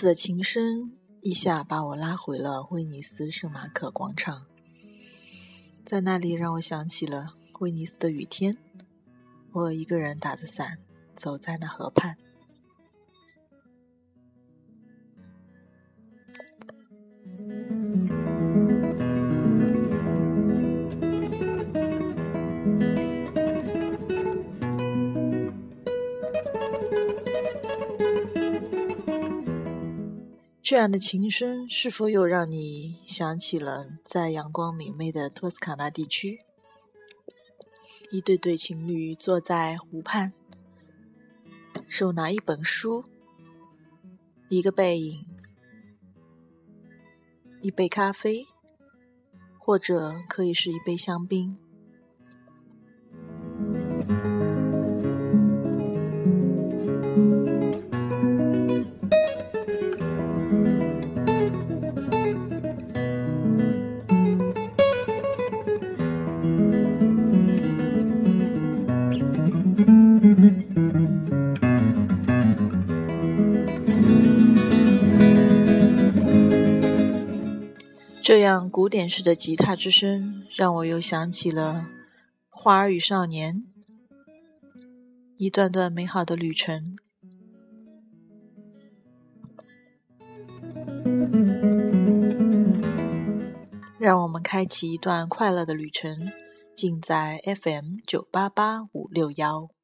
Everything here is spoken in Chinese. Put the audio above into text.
子的琴声一下把我拉回了威尼斯圣马可广场，在那里让我想起了威尼斯的雨天，我一个人打着伞走在那河畔。这样的琴声是否又让你想起了在阳光明媚的托斯卡纳地区，一对对情侣坐在湖畔，手拿一本书，一个背影，一杯咖啡，或者可以是一杯香槟。这样古典式的吉他之声让我又想起了《花儿与少年》，一段段美好的旅程。让我们开启一段快乐的旅程，尽在 FM 988-561。